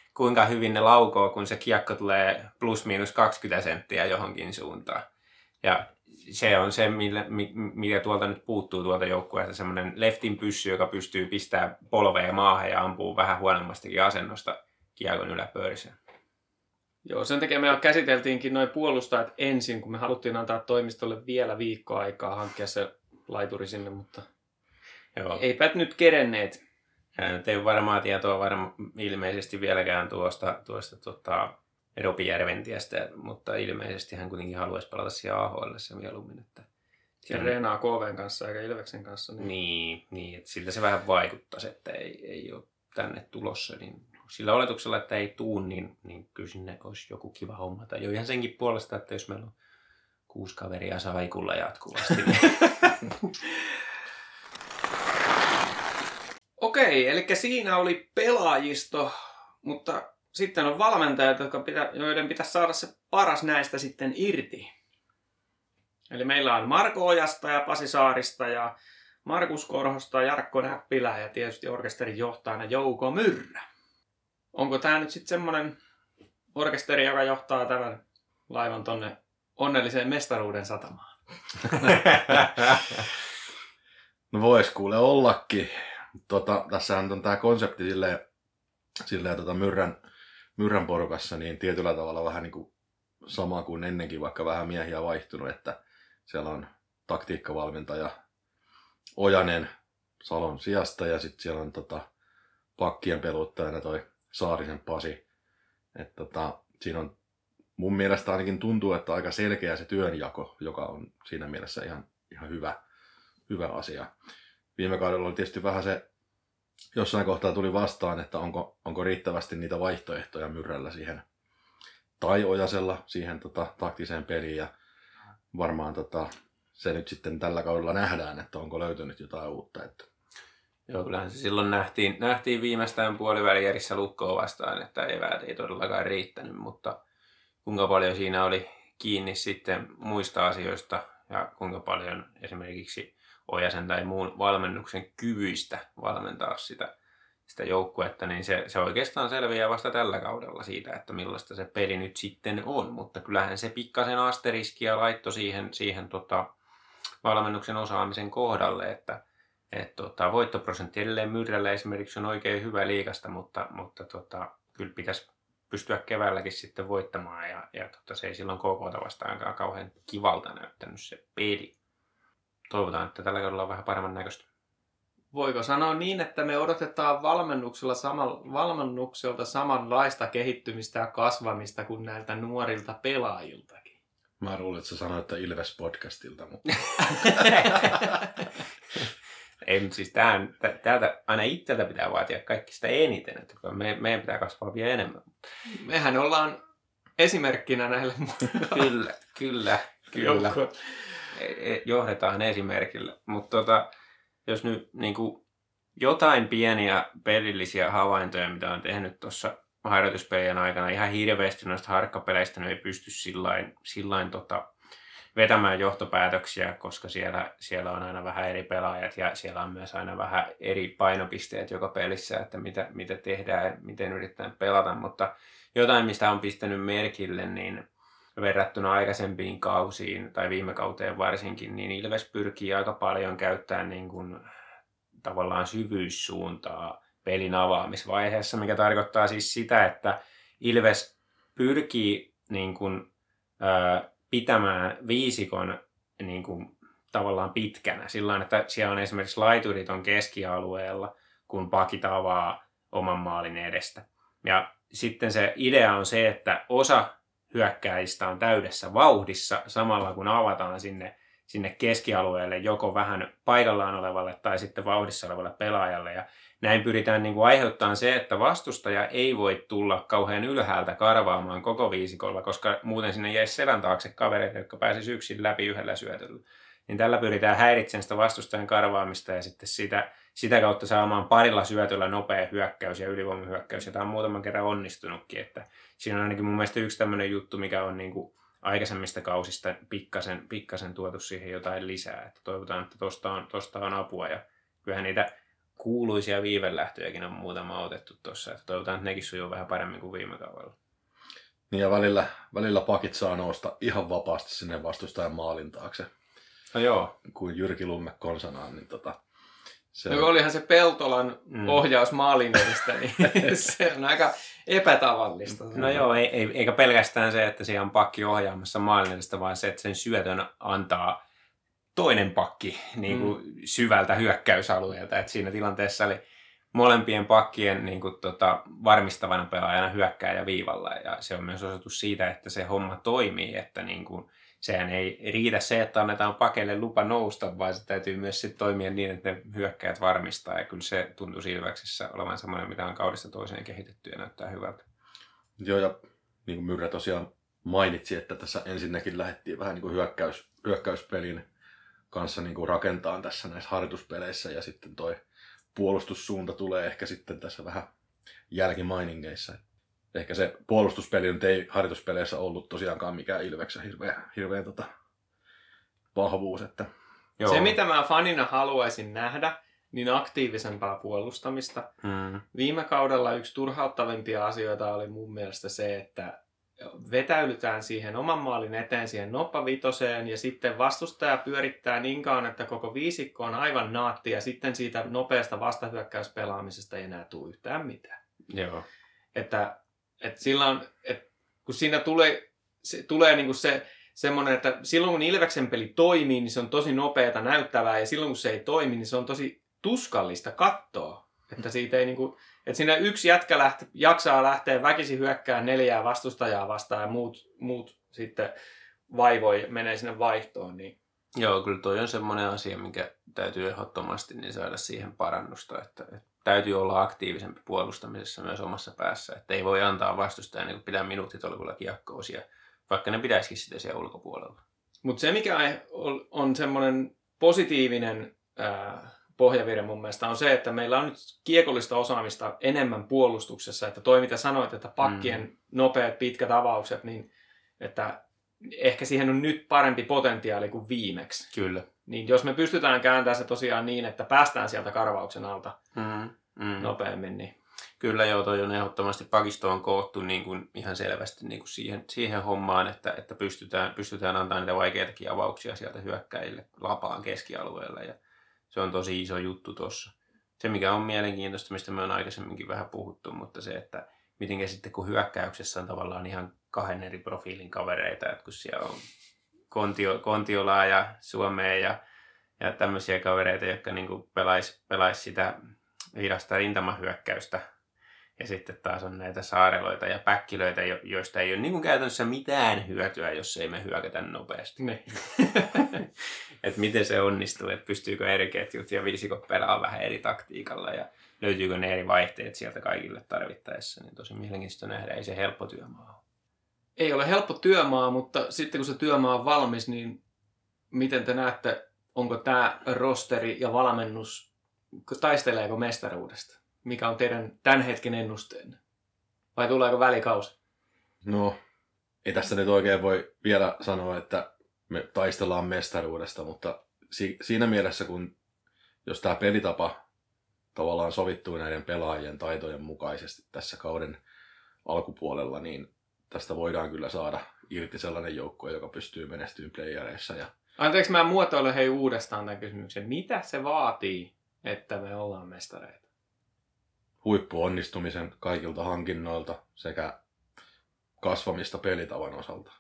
kuinka hyvin ne laukoo, kun se kiekko tulee plus miinus 20 senttiä johonkin suuntaan. Ja se on se, mikä tuolta nyt puuttuu tuolta joukkueesta, semmoinen leftin pyssy, joka pystyy pistämään polvea maahan ja ampuu vähän huonommastakin asennosta kiekon yläpöydässä. Joo, sen takia me käsiteltiinkin noin puolustajat ensin, kun me haluttiin antaa toimistolle vielä viikkoaikaa hankkia se laituri sinne, mutta Joo. eipä nyt kerenneet. Ei varmaan tietoa ilmeisesti vieläkään tuosta Ropi Järventiestä, mutta ilmeisesti hän kuitenkin haluaisi palata siellä AHL:ssä mieluummin. Että ja reenaa KV:n kanssa eikä Ilveksen kanssa. Niin että siltä se vähän vaikuttaisi, että ei ole tänne tulossa. Niin sillä oletuksella, että ei tuu, niin kyllä sinne olisi joku kiva homma. Tai jo ihan senkin puolesta, että jos meillä on 6 kaveria saikulla jatkuvasti. Okei, eli siinä oli pelaajisto, mutta sitten on valmentajat, joiden pitäisi saada se paras näistä sitten irti. Eli meillä on Marko Ojasta ja Pasi Saarista ja Markus Korhosta, Jarkko Näppilä ja tietysti orkesterin johtajana Jouko Myrrä. Onko tämä nyt sitten semmoinen orkesteri, joka johtaa tämän laivan tonne onnelliseen mestaruuden satamaan? No vois kuule ollakin. Tässähän on tämä konsepti silleen Myrrän porukassa niin tietyllä tavalla vähän niin kuin sama kuin ennenkin, vaikka vähän miehiä vaihtunut, että siellä on taktiikkavalmentaja Ojanen Salon sijasta ja sitten siellä on pakkien peluttajana toi Saarisen Pasi. Siinä on mun mielestä ainakin tuntuu, että aika selkeä se työnjako, joka on siinä mielessä ihan hyvä asia. Viime kaudella oli tietysti vähän se, jossain kohtaa tuli vastaan, että onko riittävästi niitä vaihtoehtoja Myrrällä siihen, tai Ojasella siihen taktiseen peliin, ja varmaan se nyt sitten tällä kaudella nähdään, että onko löytynyt jotain uutta. Että. Joo, kyllähän se silloin nähtiin viimeistään puolivälierissä Lukkoa vastaan, että eväät ei todellakaan riittänyt, mutta kuinka paljon siinä oli kiinni sitten muista asioista ja kuinka paljon esimerkiksi Ojasen tai muun valmennuksen kyvyistä valmentaa sitä joukkuetta, niin se oikeastaan selviää vasta tällä kaudella siitä, että millaista se peli nyt sitten on, mutta kyllähän se pikkasen asteriskiä laittoi siihen valmennuksen osaamisen kohdalle, että voittoprosentti edelleen Myrrällä esimerkiksi on oikein hyvä liigasta, mutta kyllä pitäisi pystyä keväälläkin sitten voittamaan ja se ei silloin KK:ta vastaankaan kauhean kivalta näyttänyt se peli. Toivotaan, että tällä kaudella on vähän paremman näköistä. Voiko sanoa niin, että me odotetaan valmennukselta samanlaista kehittymistä ja kasvamista kuin näiltä nuorilta pelaajiltakin? Mä luulen, että sä sanoit, että Ilves-podcastilta, mutta. Ei, mutta siis täältä aina itseltä pitää vaatia kaikista eniten, että meidän pitää kasvaa vielä enemmän. Mehän ollaan esimerkkinä näille. Kyllä. Johdetaan esimerkillä. Mutta jos nyt niin kuin jotain pieniä pelillisiä havaintoja, mitä on tehnyt tuossa harjoituspelien aikana, ihan hirveästi noista harkkapeleistä, niin ei pysty sillain vetämään johtopäätöksiä, koska siellä on aina vähän eri pelaajat ja siellä on myös aina vähän eri painopisteet joka pelissä, että mitä tehdään ja miten yritetään pelata, mutta jotain, mistä on pistänyt merkille, niin verrattuna aikaisempiin kausiin tai viime kauteen varsinkin, niin Ilves pyrkii aika paljon käyttämään niin kuin tavallaan syvyyssuuntaa pelin avaamisvaiheessa, mikä tarkoittaa siis sitä, että Ilves pyrkii niin kuin, pitämään viisikon niin kuin, tavallaan pitkänä. Sillä että siellä on esimerkiksi laiturit on keskialueella, kun pakit avaa oman maalin edestä. Ja sitten se idea on se, että osa hyökkäistä on täydessä vauhdissa samalla kun avataan sinne keskialueelle joko vähän paikallaan olevalle tai sitten vauhdissa olevalle pelaajalle. Ja näin pyritään niin kuin aiheuttamaan se, että vastustaja ei voi tulla kauhean ylhäältä karvaamaan koko viisikolla, koska muuten sinne jäisi selän taakse kavereita, jotka pääsisi yksin läpi yhdellä syötöllä. Niin tällä pyritään häiritsemään sitä vastustajan karvaamista ja sitten sitä kautta saamaan parilla syötöllä nopea hyökkäys ja ylivoimahyökkäys. Ja tämä on muutaman kerran onnistunutkin. Että siinä on ainakin mun mielestä yksi tämmöinen juttu, mikä on niin kuin aikaisemmista kausista pikkasen tuotu siihen jotain lisää. Että toivotaan, että tosta on apua. Ja kyllähän niitä kuuluisia viivelähtöjäkin on muutama otettu tuossa. Toivotaan, että nekin sujuu vähän paremmin kuin viime kaudella. Niin ja välillä pakit saa nousta ihan vapaasti sinne vastustajan maalin taakse. No joo. Kuin Jyrki Lumme konsanaan, niin se No olihan se Peltolan ohjaus maalin edestä, niin se on aika epätavallista. No joo, eikä pelkästään se, että siellä on pakki ohjaamassa maalin edestä, vaan se, että sen syötön antaa toinen pakki niin kuin syvältä hyökkäysalueelta. Et siinä tilanteessa oli molempien pakkien niin kuin, varmistavana pelaajana hyökkääjä viivalla. Ja se on myös osoitus siitä, että se homma toimii, että niin kuin, sehän ei riitä se, että annetaan pakeille lupa nousta, vaan se täytyy myös sit toimia niin, että ne hyökkäjät varmistaa. Ja kyllä se tuntuu Ilveksessä olevan semmoinen, mitä on kaudesta toiseen kehitetty ja näyttää hyvältä. Joo, ja niin kuin Myrrä tosiaan mainitsi, että tässä ensinnäkin lähdettiin vähän niin kuin hyökkäyspelin kanssa niin kuin rakentaa tässä näissä harjoituspeleissä, ja sitten toi puolustussuunta tulee ehkä sitten tässä vähän jälkimainingeissa. Ehkä se puolustuspeli nyt ei harjoituspeleissä ollut tosiaankaan mikään Ilveksen hirveä vahvuus. Että... Joo. Se, mitä mä fanina haluaisin nähdä, niin aktiivisempaa puolustamista. Viime kaudella yksi turhauttavimpia asioita oli mun mielestä se, että vetäydytään siihen oman maalin eteen, siihen noppavitoseen, ja sitten vastustaja pyörittää niin kauan, että koko viisikko on aivan naatti, ja sitten siitä nopeasta vastahyökkäyspelaamisesta ei enää tule yhtään mitään. Joo. Että silloin, kun siinä tulee niin kuin semmoinen, että silloin kun Ilveksen peli toimii, niin se on tosi nopeata näyttävää, ja silloin kun se ei toimi, niin se on tosi tuskallista katsoa. Että siitä ei niinku, että siinä yksi jätkä jaksaa lähteä väkisin hyökkää 4 vastustajaa vastaan ja muut sitten vaivoi menee sinne vaihtoon. Niin. Joo, kyllä toi on semmoinen asia, minkä täytyy ehdottomasti niin saada siihen parannusta, että täytyy olla aktiivisempi puolustamisessa myös omassa päässä, että ei voi antaa vastustajan niin pitää minuuttitolkulla kiekkoosia, vaikka ne pitäisikin sitten siellä ulkopuolella. Mutta se, mikä on semmoinen positiivinen pohjavire mun mielestä on se, että meillä on nyt kiekollista osaamista enemmän puolustuksessa, että toi mitä sanoit, että pakkien nopeat pitkät avaukset, niin että ehkä siihen on nyt parempi potentiaali kuin viimeksi. Kyllä. Niin jos me pystytään kääntämään se tosiaan niin, että päästään sieltä karvauksen alta nopeammin, niin... Kyllä joo, toi on ehdottomasti pakisto on koottu niin kuin ihan selvästi niin kuin siihen hommaan, että pystytään antamaan niitä vaikeitakin avauksia sieltä hyökkäjille lapaan keskialueella ja se on tosi iso juttu tuossa. Se mikä on mielenkiintoista, mistä me on aikaisemminkin vähän puhuttu, mutta se, että miten sitten kun hyökkäyksessä on tavallaan ihan 2 eri profiilin kavereita, että kun siellä on Kontiolaa ja Suomea ja tämmöisiä kavereita, jotka niin kuin pelaisi sitä hidasta rintamahyökkäystä. Ja sitten taas on näitä saareloita ja päkkilöitä, joista ei ole niin kuin käytännössä mitään hyötyä, jos ei me hyökätä nopeasti. Että miten se onnistuu, että pystyykö eri ketjut ja viisikot pelaamaan vähän eri taktiikalla ja löytyykö ne eri vaihteet sieltä kaikille tarvittaessa. Niin tosi mielenkiintoista nähdä, ei se helppo työmaa ole. Ei ole helppo työmaa, mutta sitten kun se työmaa on valmis, niin miten te näette, onko tämä rosteri ja valmennus, taisteleeko mestaruudesta? Mikä on teidän tämän hetken ennusteenne? Vai tuleeko välikausi? No, ei tässä nyt oikein voi vielä sanoa, että me taistellaan mestaruudesta, mutta siinä mielessä, jos tämä pelitapa tavallaan sovittuu näiden pelaajien taitojen mukaisesti tässä kauden alkupuolella, niin tästä voidaan kyllä saada irti sellainen joukkue, joka pystyy menestymään playereissa. Anteeksi, mä muotoilen uudestaan tämän kysymyksen. Mitä se vaatii, että me ollaan mestareita? Huippuonnistumisen kaikilta hankinnoilta sekä kasvamista pelitavan osalta.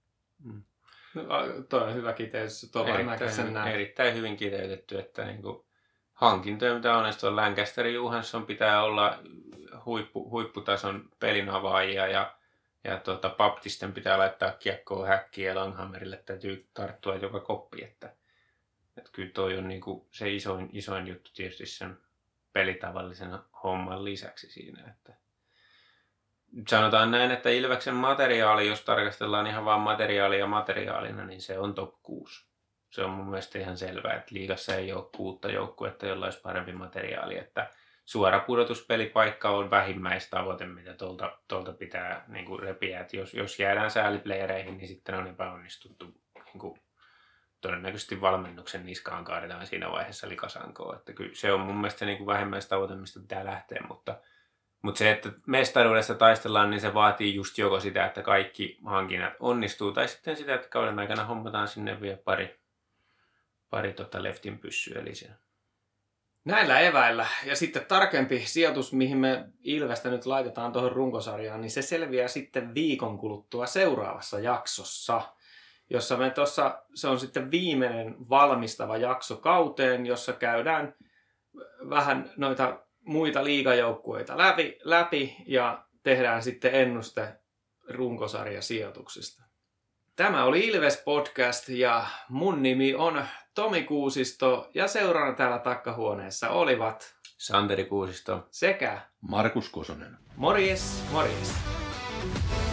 Toi on hyvä kiteytys. Erittäin hyvin kiteytetty, että niinku hankintoja mitä on, että Lancaster Johansson pitää olla huipputason pelinavaajia ja Baptisten pitää laittaa kiekkoa häkkiin ja Langhammerille täytyy tarttua joka koppi. Että kyllä toi on niinku se isoin juttu tietysti sen pelitavallisen homman lisäksi siinä. Että sanotaan näin, että Ilveksen materiaali, jos tarkastellaan ihan vaan materiaalia materiaalina, niin se on top 6. Se on mun mielestä ihan selvää, että liigassa ei ole 6 joukkuetta, jolla olisi parempi materiaali. Että suora pudotuspelipaikka on vähimmäistavoite, mitä tuolta pitää niin kuin repiä. Että jos jäädään sääliplayereihin, niin sitten on epäonnistuttu niin kuin todennäköisesti valmennuksen niskaan kaadetaan siinä vaiheessa likasankoa. Että kyllä se on mun mielestä se niin kuin vähimmäistavoite, mistä pitää lähteä, mutta se, että mestaruudessa taistellaan, niin se vaatii just joko sitä, että kaikki hankinnat onnistuu, tai sitten sitä, että kauden aikana hommataan sinne vielä pari leftin pyssyä lisää. Näillä eväillä ja sitten tarkempi sijoitus, mihin me Ilvestä nyt laitetaan tuohon runkosarjaan, niin se selviää sitten viikon kuluttua seuraavassa jaksossa, jossa se on sitten viimeinen valmistava jakso kauteen, jossa käydään vähän noita muita liigajoukkueita läpi ja tehdään sitten ennuste runkosarjasijoituksista. Tämä oli Ilves Podcast ja mun nimi on Tomi Kuusisto ja seuraavana täällä takkahuoneessa olivat Santeri Kuusisto sekä Markus Kosonen. morjes.